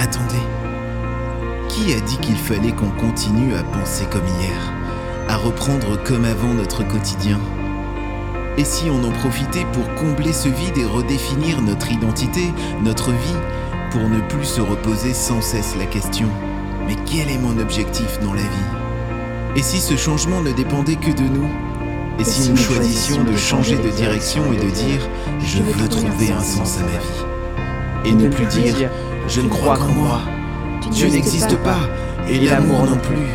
attendez. Qui a dit qu'il fallait qu'on continue à penser comme hier, à reprendre comme avant notre quotidien ? Et si on en profitait pour combler ce vide et redéfinir notre identité, notre vie, pour ne plus se reposer sans cesse la question « Mais quel est mon objectif dans la vie ?» Et si ce changement ne dépendait que de nous ? Et si nous choisissions de changer de direction et de dire « Je veux trouver un sens à ma vie » et ne plus dire « Je ne crois qu'en moi ». Dieu n'existe pas, et l'amour non plus.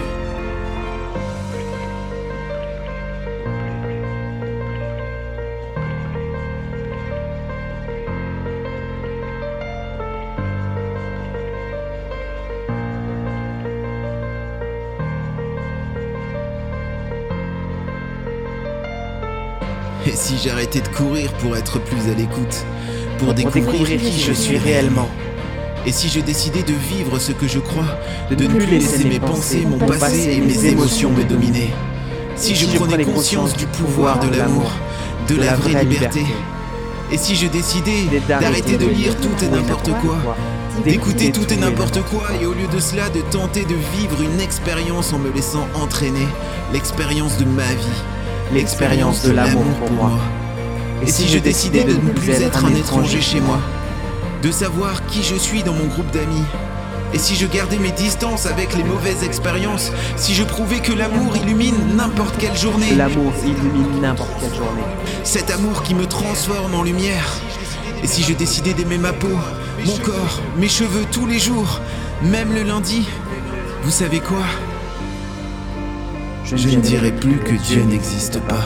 Et si j'arrêtais de courir pour être plus à l'écoute, pour découvrir qui je suis réellement ? Et si je décidais de vivre ce que je crois, de ne plus laisser mes pensées, mon passé et mes émotions me dominer. Si je prenais conscience du pouvoir de l'amour, de la vraie liberté. Et si je décidais d'arrêter de lire tout et n'importe quoi, d'écouter tout et n'importe quoi, et au lieu de cela de tenter de vivre une expérience en me laissant entraîner, l'expérience de ma vie, l'expérience de l'amour pour moi. Et si je décidais de ne plus être un étranger chez moi, de savoir qui je suis dans mon groupe d'amis. Et si je gardais mes distances avec les mauvaises expériences, si je prouvais que l'amour illumine n'importe quelle journée. L'amour illumine n'importe quelle journée. Cet amour qui me transforme en lumière. Et si je décidais d'aimer ma peau, mon corps, mes cheveux tous les jours, même le lundi, vous savez quoi ? Je ne dirais plus que Dieu n'existe pas.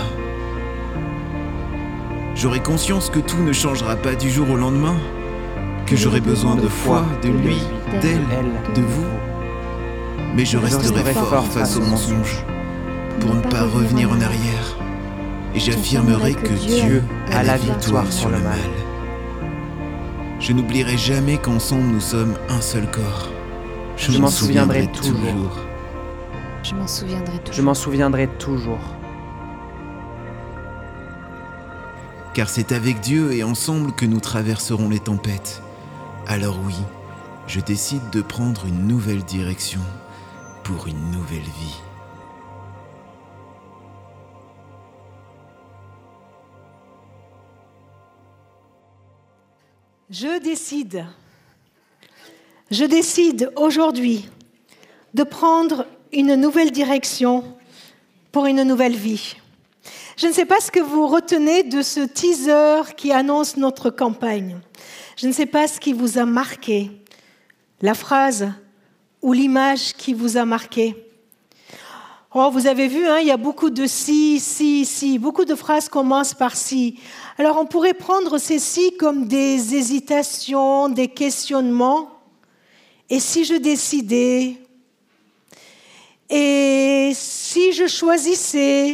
J'aurai conscience que tout ne changera pas du jour au lendemain, que j'aurai besoin de foi, de lui, d'elle, de vous. Mais je resterai fort face aux mensonges, pour ne pas revenir en arrière. Et j'affirmerai que Dieu a la victoire sur le mal. Je n'oublierai jamais qu'ensemble nous sommes un seul corps. Je m'en souviendrai toujours. Je m'en souviendrai toujours. Car c'est avec Dieu et ensemble que nous traverserons les tempêtes. Alors oui, je décide de prendre une nouvelle direction pour une nouvelle vie. Je décide aujourd'hui de prendre une nouvelle direction pour une nouvelle vie. Je ne sais pas ce que vous retenez de ce teaser qui annonce notre campagne. Je ne sais pas ce qui vous a marqué, la phrase ou l'image qui vous a marqué. Oh, vous avez vu, il y a beaucoup de si. Beaucoup de phrases commencent par si. Alors, on pourrait prendre ces si comme des hésitations, des questionnements. Et si je décidais ? Et si je choisissais ?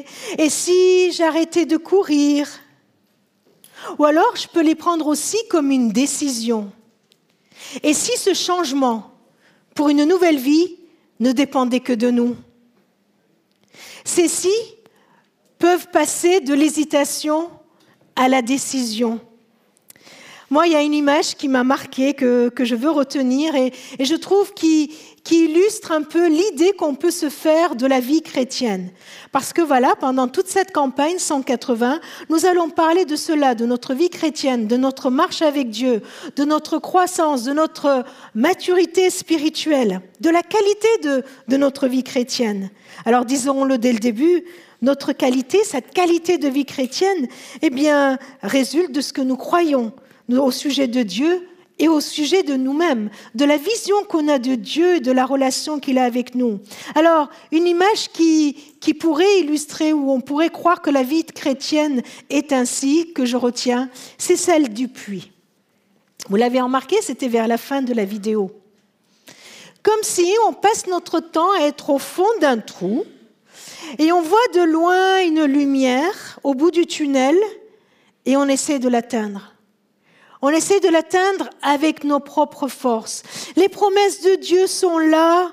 Et si j'arrêtais de courir ? Ou alors, je peux les prendre aussi comme une décision. Et si ce changement pour une nouvelle vie ne dépendait que de nous ? Ces si peuvent passer de l'hésitation à la décision. Moi, il y a une image qui m'a marquée, que je veux retenir, et je trouve qui illustre un peu l'idée qu'on peut se faire de la vie chrétienne. Parce que voilà, pendant toute cette campagne 180, nous allons parler de cela, de notre vie chrétienne, de notre marche avec Dieu, de notre croissance, de notre maturité spirituelle, de la qualité de notre vie chrétienne. Alors disons-le dès le début, notre qualité, cette qualité de vie chrétienne, résulte de ce que nous croyons au sujet de Dieu et au sujet de nous-mêmes, de la vision qu'on a de Dieu et de la relation qu'il a avec nous. Alors, une image qui pourrait illustrer, ou on pourrait croire que la vie chrétienne est ainsi, que je retiens, c'est celle du puits. Vous l'avez remarqué, c'était vers la fin de la vidéo. Comme si on passe notre temps à être au fond d'un trou et on voit de loin une lumière au bout du tunnel et on essaie de l'atteindre. On essaie de l'atteindre avec nos propres forces. Les promesses de Dieu sont là.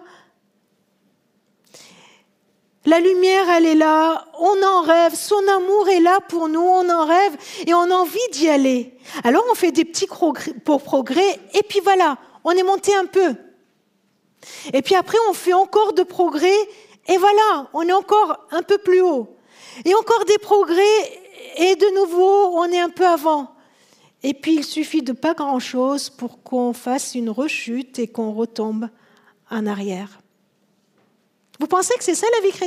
La lumière, elle est là. On en rêve. Son amour est là pour nous. On en rêve et on a envie d'y aller. Alors, on fait des petits progrès et puis voilà, on est monté un peu. Et puis après, on fait encore de progrès. Et voilà, on est encore un peu plus haut. Et encore des progrès. Et de nouveau, on est un peu avant. Et puis, il suffit de pas grand-chose pour qu'on fasse une rechute et qu'on retombe en arrière. Vous pensez que c'est ça la vie chrétienne ?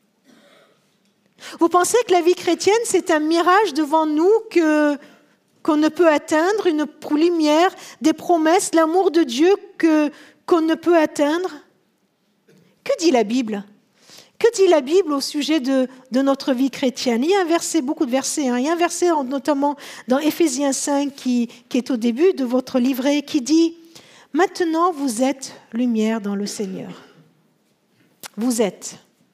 Vous pensez que la vie chrétienne, c'est un mirage devant nous qu'on ne peut atteindre, une lumière, des promesses, l'amour de Dieu qu'on ne peut atteindre ? Que dit la Bible ? Que dit la Bible au sujet de notre vie chrétienne ? Il y a un verset, beaucoup de versets. Il y a un verset notamment dans Éphésiens 5 qui est au début de votre livret qui dit « Maintenant vous êtes lumière dans le Seigneur. » Vous êtes.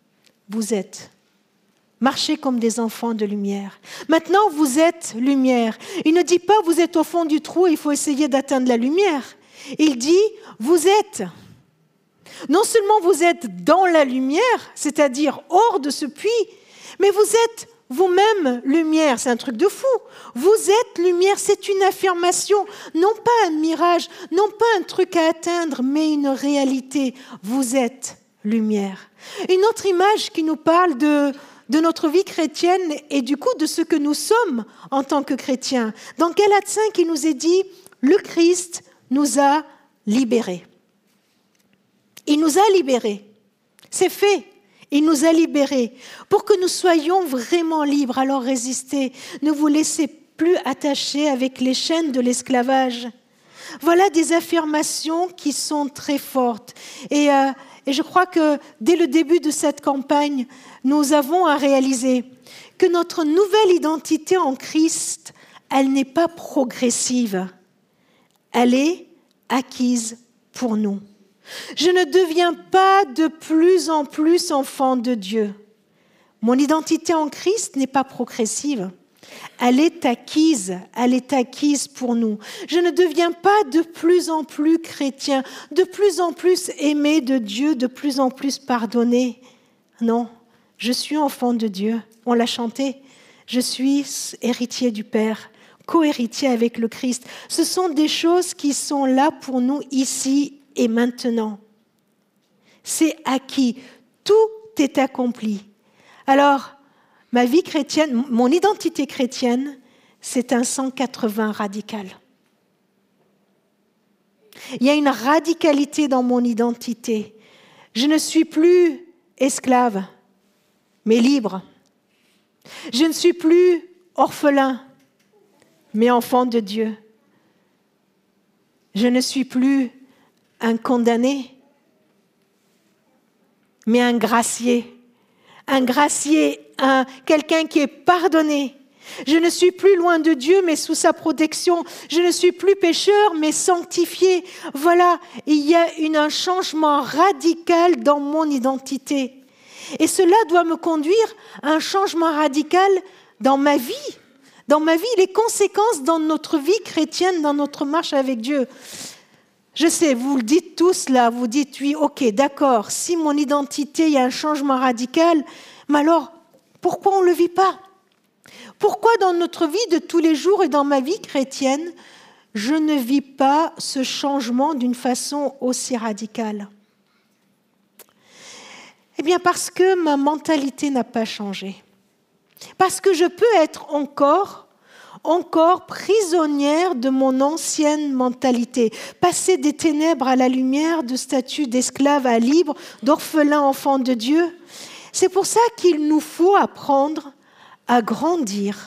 Marchez comme des enfants de lumière. Maintenant vous êtes lumière. Il ne dit pas vous êtes au fond du trou et il faut essayer d'atteindre la lumière. Il dit vous êtes. Non seulement vous êtes dans la lumière, c'est-à-dire hors de ce puits, mais vous êtes vous-même lumière. C'est un truc de fou. Vous êtes lumière, c'est une affirmation, non pas un mirage, non pas un truc à atteindre, mais une réalité. Vous êtes lumière. Une autre image qui nous parle de notre vie chrétienne et du coup de ce que nous sommes en tant que chrétiens. Dans Galates 5, il nous est dit, le Christ nous a libérés. Il nous a libérés. C'est fait. Il nous a libérés pour que nous soyons vraiment libres. Alors résistez. Ne vous laissez plus attacher avec les chaînes de l'esclavage. Voilà des affirmations qui sont très fortes. Et je crois que dès le début de cette campagne, nous avons à réaliser que notre nouvelle identité en Christ, elle n'est pas progressive. Elle est acquise pour nous. Je ne deviens pas de plus en plus enfant de Dieu. Mon identité en Christ n'est pas progressive. Elle est acquise pour nous. Je ne deviens pas de plus en plus chrétien, de plus en plus aimé de Dieu, de plus en plus pardonné. Non, je suis enfant de Dieu. On l'a chanté. Je suis héritier du Père, co-héritier avec le Christ. Ce sont des choses qui sont là pour nous ici et maintenant. C'est acquis. Tout est accompli. Alors, ma vie chrétienne, mon identité chrétienne, c'est un 180 radical. Il y a une radicalité dans mon identité. Je ne suis plus esclave, mais libre. Je ne suis plus orphelin, mais enfant de Dieu. Je ne suis plus un condamné, mais un gracié. Un gracié, quelqu'un qui est pardonné. Je ne suis plus loin de Dieu, mais sous sa protection. Je ne suis plus pécheur, mais sanctifié. Voilà, il y a un changement radical dans mon identité. Et cela doit me conduire à un changement radical dans ma vie. Dans ma vie, les conséquences dans notre vie chrétienne, dans notre marche avec Dieu. Je sais, vous le dites tous là, vous dites oui, ok, d'accord, si mon identité, il y a un changement radical, mais alors, pourquoi on ne le vit pas ? Pourquoi dans notre vie de tous les jours et dans ma vie chrétienne, je ne vis pas ce changement d'une façon aussi radicale ? Eh bien, parce que ma mentalité n'a pas changé. Parce que je peux être encore prisonnière de mon ancienne mentalité, passer des ténèbres à la lumière, de statut d'esclave à libre, d'orphelin enfant de Dieu. C'est pour ça qu'il nous faut apprendre à grandir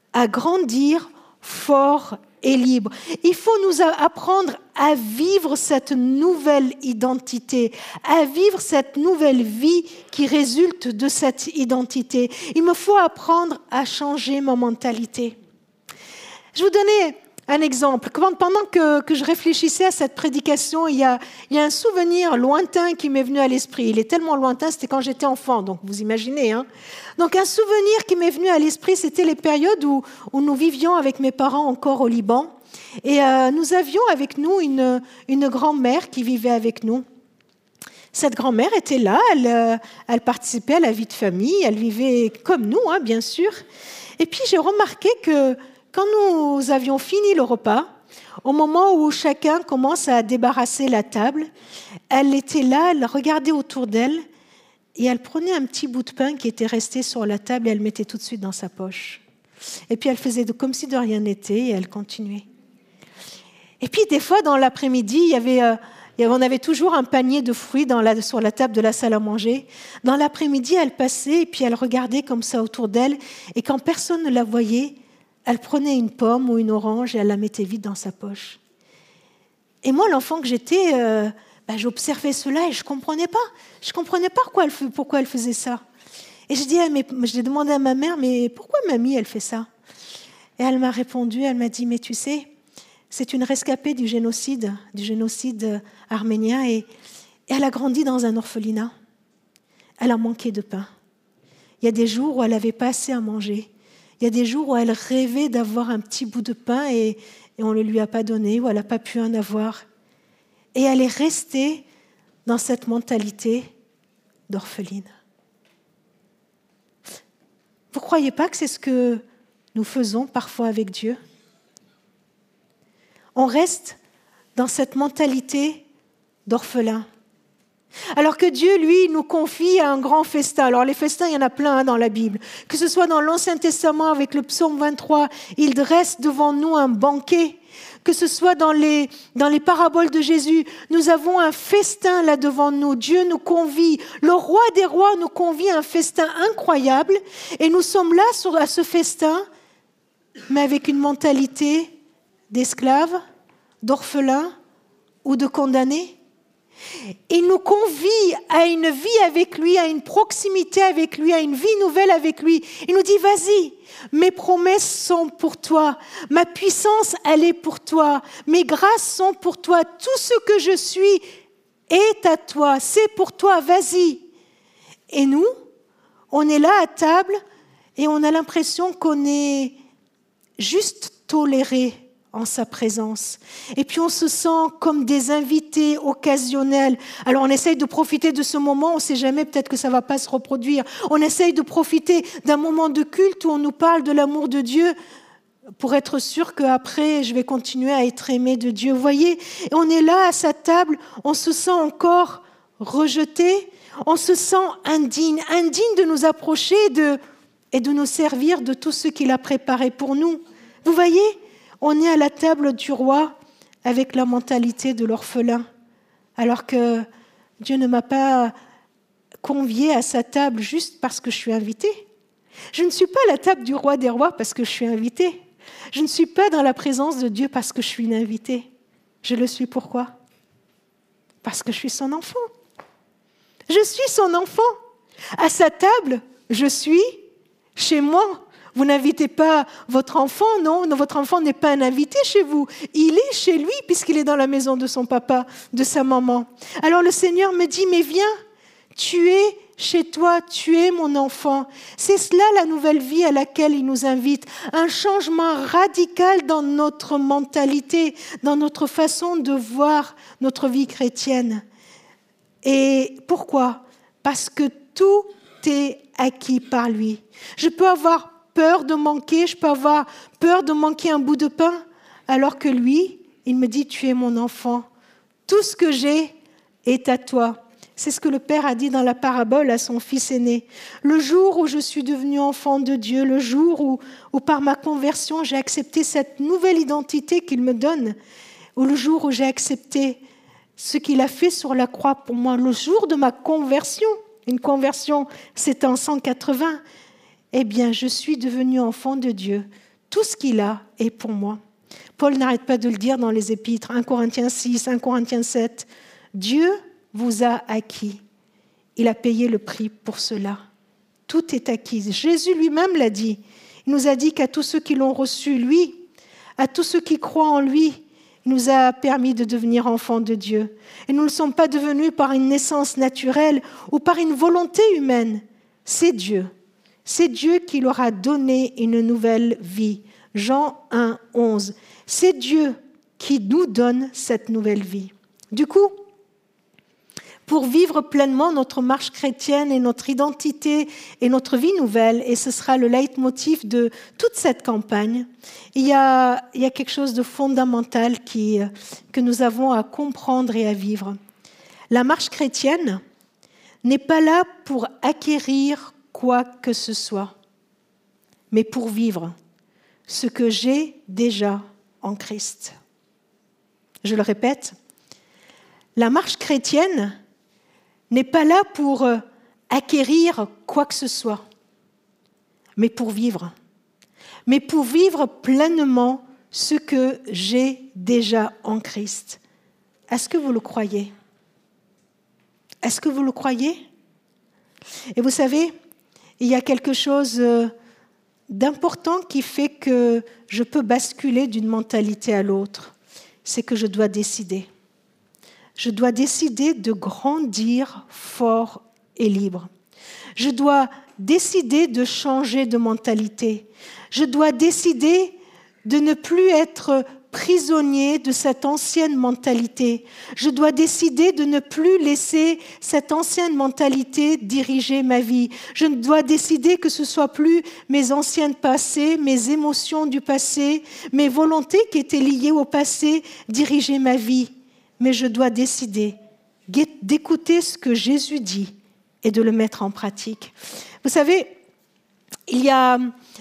fort et libre. Il faut nous apprendre à vivre cette nouvelle identité, à vivre cette nouvelle vie qui résulte de cette identité. Il me faut apprendre à changer ma mentalité. Je vais vous donner un exemple. Pendant que je réfléchissais à cette prédication, il y a un souvenir lointain qui m'est venu à l'esprit. Il est tellement lointain, c'était quand j'étais enfant, donc vous imaginez. Donc un souvenir qui m'est venu à l'esprit, c'était les périodes où nous vivions avec mes parents encore au Liban. Et nous avions avec nous une grand-mère qui vivait avec nous. Cette grand-mère était là, elle participait à la vie de famille, elle vivait comme nous, bien sûr. Et puis j'ai remarqué que quand nous avions fini le repas, Au moment où chacun commence à débarrasser la table, elle était là, elle regardait autour d'elle et elle prenait un petit bout de pain qui était resté sur la table et elle le mettait tout de suite dans sa poche. Et puis elle faisait comme si de rien n'était et elle continuait. Et puis des fois, dans l'après-midi, on avait toujours un panier de fruits sur la table de la salle à manger. Dans l'après-midi, elle passait et puis elle regardait comme ça autour d'elle. Et quand personne ne la voyait, elle prenait une pomme ou une orange et elle la mettait vite dans sa poche. Et moi, l'enfant que j'étais, j'observais cela et je ne comprenais pas. Je ne comprenais pas pourquoi elle faisait ça. Et j'ai demandé à ma mère, mais pourquoi mamie, elle fait ça? Et elle m'a répondu, elle m'a dit, mais tu sais, c'est une rescapée du génocide arménien et elle a grandi dans un orphelinat. Elle a manqué de pain. Il y a des jours où elle n'avait pas assez à manger. Il y a des jours où elle rêvait d'avoir un petit bout de pain et on ne le lui a pas donné, ou elle n'a pas pu en avoir. Et elle est restée dans cette mentalité d'orpheline. Vous ne croyez pas que c'est ce que nous faisons parfois avec Dieu? On reste dans cette mentalité d'orphelin. Alors que Dieu, lui, nous confie à un grand festin. Alors les festins, il y en a plein dans la Bible. Que ce soit dans l'Ancien Testament avec le psaume 23, il dresse devant nous un banquet. Que ce soit dans les paraboles de Jésus, nous avons un festin là devant nous. Dieu nous convie, le roi des rois nous convie à un festin incroyable. Et nous sommes là à ce festin, mais avec une mentalité d'esclave, d'orphelin ou de condamné. Il nous convie à une vie avec lui, à une proximité avec lui, à une vie nouvelle avec lui. Il nous dit, vas-y, mes promesses sont pour toi, ma puissance, elle est pour toi, mes grâces sont pour toi, tout ce que je suis est à toi, c'est pour toi, vas-y. Et nous, on est là à table et on a l'impression qu'on est juste tolérés en sa présence. Et puis on se sent comme des invités occasionnels. Alors on essaye de profiter de ce moment, on ne sait jamais, peut-être que ça ne va pas se reproduire. On essaye de profiter d'un moment de culte où on nous parle de l'amour de Dieu pour être sûr qu'après, je vais continuer à être aimé de Dieu. Vous voyez, et on est là à sa table, on se sent encore rejeté, on se sent indigne de nous approcher et de nous servir de tout ce qu'il a préparé pour nous. Vous voyez, on est à la table du roi avec la mentalité de l'orphelin, alors que Dieu ne m'a pas convié à sa table juste parce que je suis invitée. Je ne suis pas à la table du roi des rois parce que je suis invitée. Je ne suis pas dans la présence de Dieu parce que je suis une invitée. Je le suis pourquoi? Parce que je suis son enfant. Je suis son enfant. À sa table, je suis chez moi. Vous n'invitez pas votre enfant, non, votre enfant n'est pas un invité chez vous. Il est chez lui puisqu'il est dans la maison de son papa, de sa maman. Alors le Seigneur me dit, mais viens, tu es chez toi, tu es mon enfant. C'est cela la nouvelle vie à laquelle il nous invite. Un changement radical dans notre mentalité, dans notre façon de voir notre vie chrétienne. Et pourquoi? Parce que tout est acquis par lui. Je peux avoir peur de manquer, je peux avoir peur de manquer un bout de pain, alors que lui, il me dit, tu es mon enfant. Tout ce que j'ai est à toi. C'est ce que le Père a dit dans la parabole à son fils aîné. Le jour où je suis devenu enfant de Dieu, le jour où par ma conversion, j'ai accepté cette nouvelle identité qu'il me donne, ou le jour où j'ai accepté ce qu'il a fait sur la croix pour moi, le jour de ma conversion, une conversion, c'est en 180, eh bien, je suis devenu enfant de Dieu. Tout ce qu'il a est pour moi. Paul n'arrête pas de le dire dans les épîtres, 1 Corinthiens 6, 1 Corinthiens 7. Dieu vous a acquis. Il a payé le prix pour cela. Tout est acquis. Jésus lui-même l'a dit. Il nous a dit qu'à tous ceux qui l'ont reçu, lui, à tous ceux qui croient en lui, il nous a permis de devenir enfants de Dieu. Et nous ne sommes pas devenus par une naissance naturelle ou par une volonté humaine. C'est Dieu. C'est Dieu qui leur a donné une nouvelle vie. Jean 1, 11. C'est Dieu qui nous donne cette nouvelle vie. Du coup, pour vivre pleinement notre marche chrétienne et notre identité et notre vie nouvelle. Et ce sera le leitmotiv de toute cette campagne. Il y a quelque chose de fondamental que nous avons à comprendre et à vivre. La marche chrétienne n'est pas là pour acquérir quoi que ce soit, mais pour vivre ce que j'ai déjà en Christ. Je le répète, la marche chrétienne n'est pas là pour acquérir quoi que ce soit, mais pour vivre pleinement ce que j'ai déjà en Christ. Est-ce que vous le croyez? Est-ce que vous le croyez? Et vous savez, il y a quelque chose d'important qui fait que je peux basculer d'une mentalité à l'autre. C'est que je dois décider. Je dois décider de grandir fort et libre. Je dois décider de changer de mentalité. Je dois décider de ne plus être prisonnier de cette ancienne mentalité. Je dois décider de ne plus laisser cette ancienne mentalité diriger ma vie. Je dois décider que ce ne soit plus mes anciens passés, mes émotions du passé, mes volontés qui étaient liées au passé diriger ma vie. Mais je dois décider d'écouter ce que Jésus dit et de le mettre en pratique. Vous savez, il y a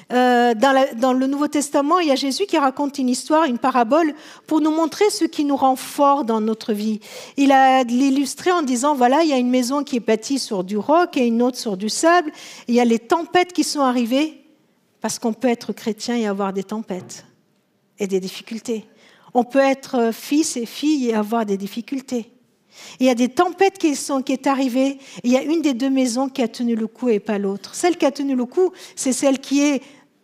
dans le Nouveau Testament, il y a Jésus qui raconte une histoire, une parabole, pour nous montrer ce qui nous rend forts dans notre vie. Il a illustré en disant, voilà, il y a une maison qui est bâtie sur du roc et une autre sur du sable. Il y a les tempêtes qui sont arrivées, parce qu'on peut être chrétien et avoir des tempêtes et des difficultés. On peut être fils et fille et avoir des difficultés. Il y a des tempêtes qui est arrivée, et il y a une des deux maisons qui a tenu le coup et pas l'autre. Celle qui a tenu le coup, c'est celle qui est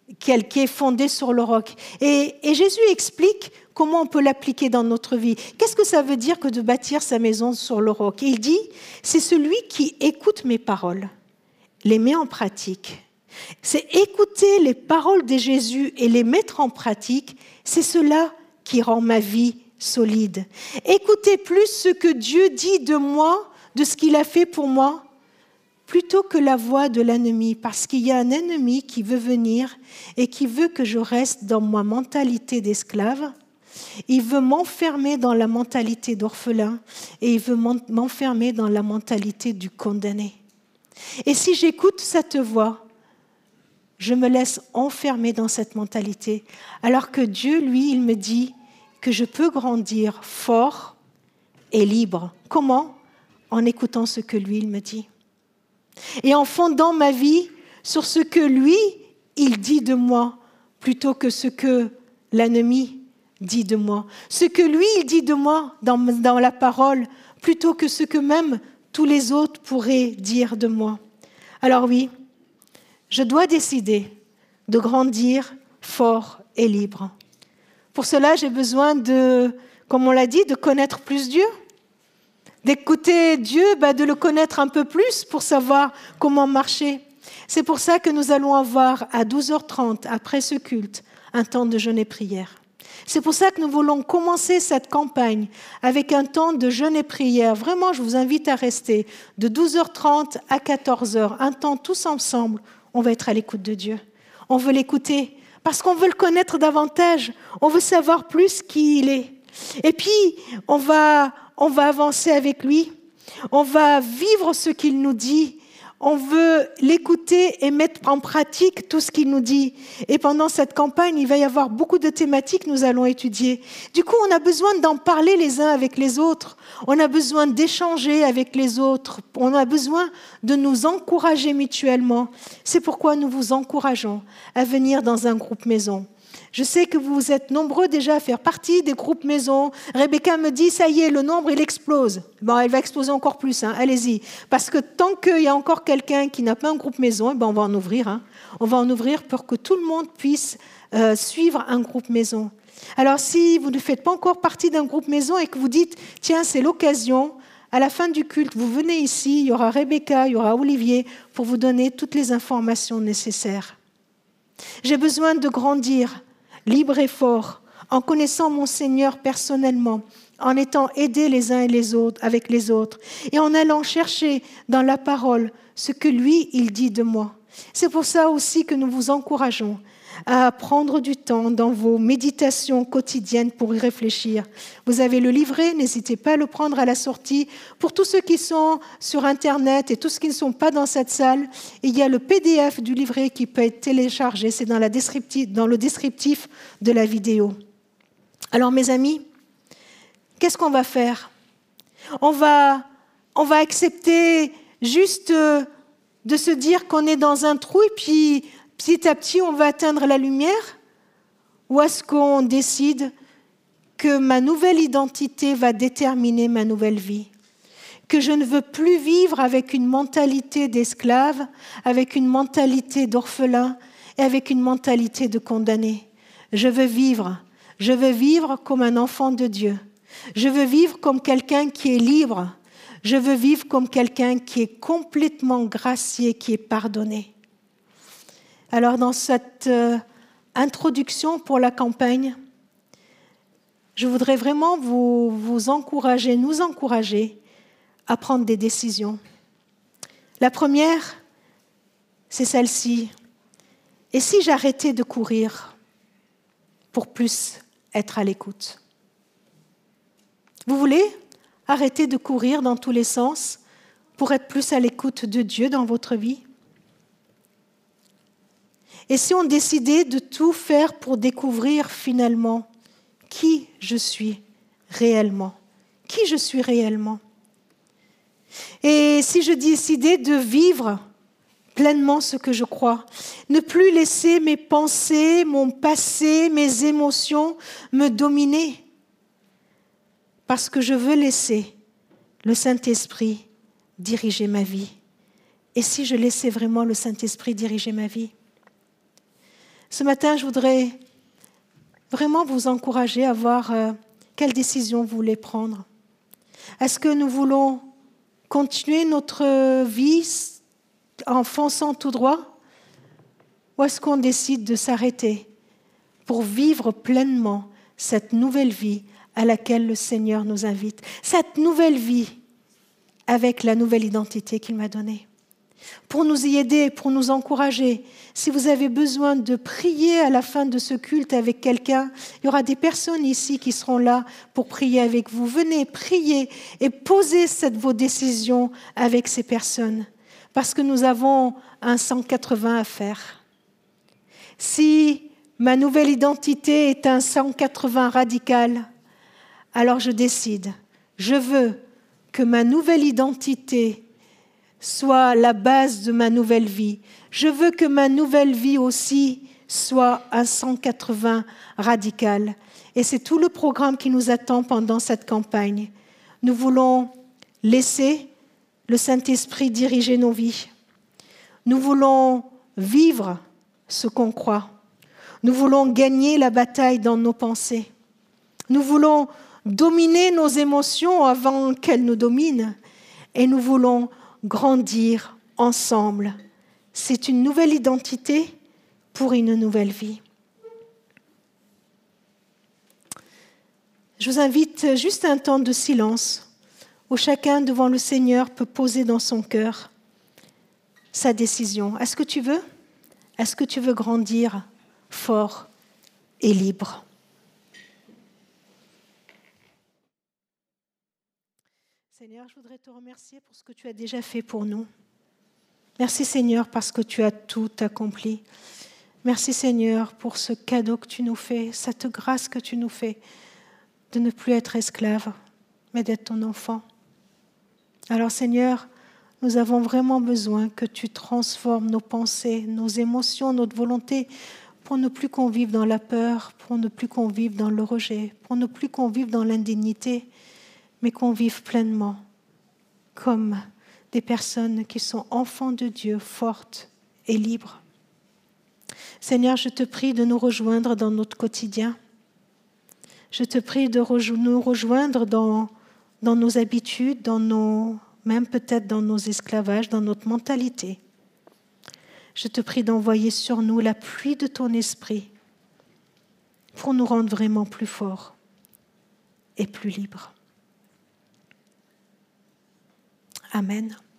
fondée sur le roc. Et Jésus explique comment on peut l'appliquer dans notre vie. Qu'est-ce que ça veut dire que de bâtir sa maison sur le roc? Et il dit, c'est celui qui écoute mes paroles, les met en pratique. C'est écouter les paroles de Jésus et les mettre en pratique, c'est cela qui rend ma vie solide. Écoutez plus ce que Dieu dit de moi, de ce qu'il a fait pour moi, plutôt que la voix de l'ennemi, parce qu'il y a un ennemi qui veut venir et qui veut que je reste dans ma mentalité d'esclave. Il veut m'enfermer dans la mentalité d'orphelin et il veut m'enfermer dans la mentalité du condamné. Et si j'écoute cette voix, je me laisse enfermer dans cette mentalité, alors que Dieu, lui, il me dit que je peux grandir fort et libre. Comment? En écoutant ce que lui, il me dit. Et en fondant ma vie sur ce que lui, il dit de moi, plutôt que ce que l'ennemi dit de moi. Ce que lui, il dit de moi dans la parole, plutôt que ce que même tous les autres pourraient dire de moi. Alors oui, je dois décider de grandir fort et libre. Pour cela, j'ai besoin comme on l'a dit, de connaître plus Dieu, d'écouter Dieu, de le connaître un peu plus pour savoir comment marcher. C'est pour ça que nous allons avoir à 12h30, après ce culte, un temps de jeûne et prière. C'est pour ça que nous voulons commencer cette campagne avec un temps de jeûne et prière. Vraiment, je vous invite à rester de 12h30 à 14h, un temps tous ensemble. On va être à l'écoute de Dieu. On veut l'écouter parce qu'on veut le connaître davantage. On veut savoir plus qui il est. Et puis, on va avancer avec lui. On va vivre ce qu'il nous dit. On veut l'écouter et mettre en pratique tout ce qu'il nous dit. Et pendant cette campagne, il va y avoir beaucoup de thématiques que nous allons étudier. Du coup, on a besoin d'en parler les uns avec les autres. On a besoin d'échanger avec les autres. On a besoin de nous encourager mutuellement. C'est pourquoi nous vous encourageons à venir dans un groupe maison. Je sais que vous êtes nombreux déjà à faire partie des groupes maison. Rebecca me dit, ça y est, le nombre, il explose. Bon, elle va exploser encore plus, allez-y. Parce que tant qu'il y a encore quelqu'un qui n'a pas un groupe maison, on va en ouvrir. On va en ouvrir pour que tout le monde puisse suivre un groupe maison. Alors, si vous ne faites pas encore partie d'un groupe maison et que vous dites, tiens, c'est l'occasion, à la fin du culte, vous venez ici, il y aura Rebecca, il y aura Olivier, pour vous donner toutes les informations nécessaires. J'ai besoin de grandir libre et fort, en connaissant mon Seigneur personnellement, en étant aidés les uns et les autres avec les autres, et en allant chercher dans la parole ce que lui, il dit de moi. C'est pour ça aussi que nous vous encourageons à prendre du temps dans vos méditations quotidiennes pour y réfléchir. Vous avez le livret, n'hésitez pas à le prendre à la sortie. Pour tous ceux qui sont sur Internet et tous ceux qui ne sont pas dans cette salle, il y a le PDF du livret qui peut être téléchargé, c'est dans le descriptif de la vidéo. Alors mes amis, qu'est-ce qu'on va faire ? On va accepter juste de se dire qu'on est dans un trou et puis petit à petit on va atteindre la lumière ? Ou est-ce qu'on décide que ma nouvelle identité va déterminer ma nouvelle vie ? Que je ne veux plus vivre avec une mentalité d'esclave, avec une mentalité d'orphelin et avec une mentalité de condamné. Je veux vivre comme un enfant de Dieu. Je veux vivre comme quelqu'un qui est libre. Je veux vivre comme quelqu'un qui est complètement gracié, qui est pardonné. Alors dans cette introduction pour la campagne, je voudrais vraiment vous encourager, nous encourager à prendre des décisions. La première, c'est celle-ci. Et si j'arrêtais de courir pour plus être à l'écoute ? Vous voulez arrêter de courir dans tous les sens pour être plus à l'écoute de Dieu dans votre vie ? Et si on décidait de tout faire pour découvrir finalement qui je suis réellement ? Qui je suis réellement ? Et si je décidais de vivre pleinement ce que je crois, ne plus laisser mes pensées, mon passé, mes émotions me dominer, parce que je veux laisser le Saint-Esprit diriger ma vie. Et si je laissais vraiment le Saint-Esprit diriger ma vie ? Ce matin, je voudrais vraiment vous encourager à voir quelle décision vous voulez prendre. Est-ce que nous voulons continuer notre vie en fonçant tout droit ? Ou est-ce qu'on décide de s'arrêter pour vivre pleinement cette nouvelle vie à laquelle le Seigneur nous invite, cette nouvelle vie avec la nouvelle identité qu'il m'a donnée. Pour nous y aider, pour nous encourager, si vous avez besoin de prier à la fin de ce culte avec quelqu'un, il y aura des personnes ici qui seront là pour prier avec vous. Venez prier et posez vos décisions avec ces personnes, parce que nous avons un 180 à faire. Si ma nouvelle identité est un 180 radical, alors je décide, je veux que ma nouvelle identité soit la base de ma nouvelle vie. Je veux que ma nouvelle vie aussi soit un 180 radical. Et c'est tout le programme qui nous attend pendant cette campagne. Nous voulons laisser le Saint-Esprit diriger nos vies. Nous voulons vivre ce qu'on croit. Nous voulons gagner la bataille dans nos pensées. Nous voulons dominer nos émotions avant qu'elles nous dominent. Et nous voulons grandir ensemble. C'est une nouvelle identité pour une nouvelle vie. Je vous invite juste un temps de silence où chacun devant le Seigneur peut poser dans son cœur sa décision. Est-ce que tu veux ? Est-ce que tu veux grandir fort et libre ? Seigneur, je voudrais te remercier pour ce que tu as déjà fait pour nous. Merci Seigneur parce que tu as tout accompli. Merci Seigneur pour ce cadeau que tu nous fais, cette grâce que tu nous fais de ne plus être esclave, mais d'être ton enfant. Alors Seigneur, nous avons vraiment besoin que tu transformes nos pensées, nos émotions, notre volonté pour ne plus qu'on vive dans la peur, pour ne plus qu'on vive dans le rejet, pour ne plus qu'on vive dans l'indignité, mais qu'on vive pleinement comme des personnes qui sont enfants de Dieu, fortes et libres. Seigneur, je te prie de nous rejoindre dans notre quotidien. Je te prie de nous rejoindre dans nos habitudes, même peut-être dans nos esclavages, dans notre mentalité. Je te prie d'envoyer sur nous la pluie de ton esprit pour nous rendre vraiment plus forts et plus libres. Amen.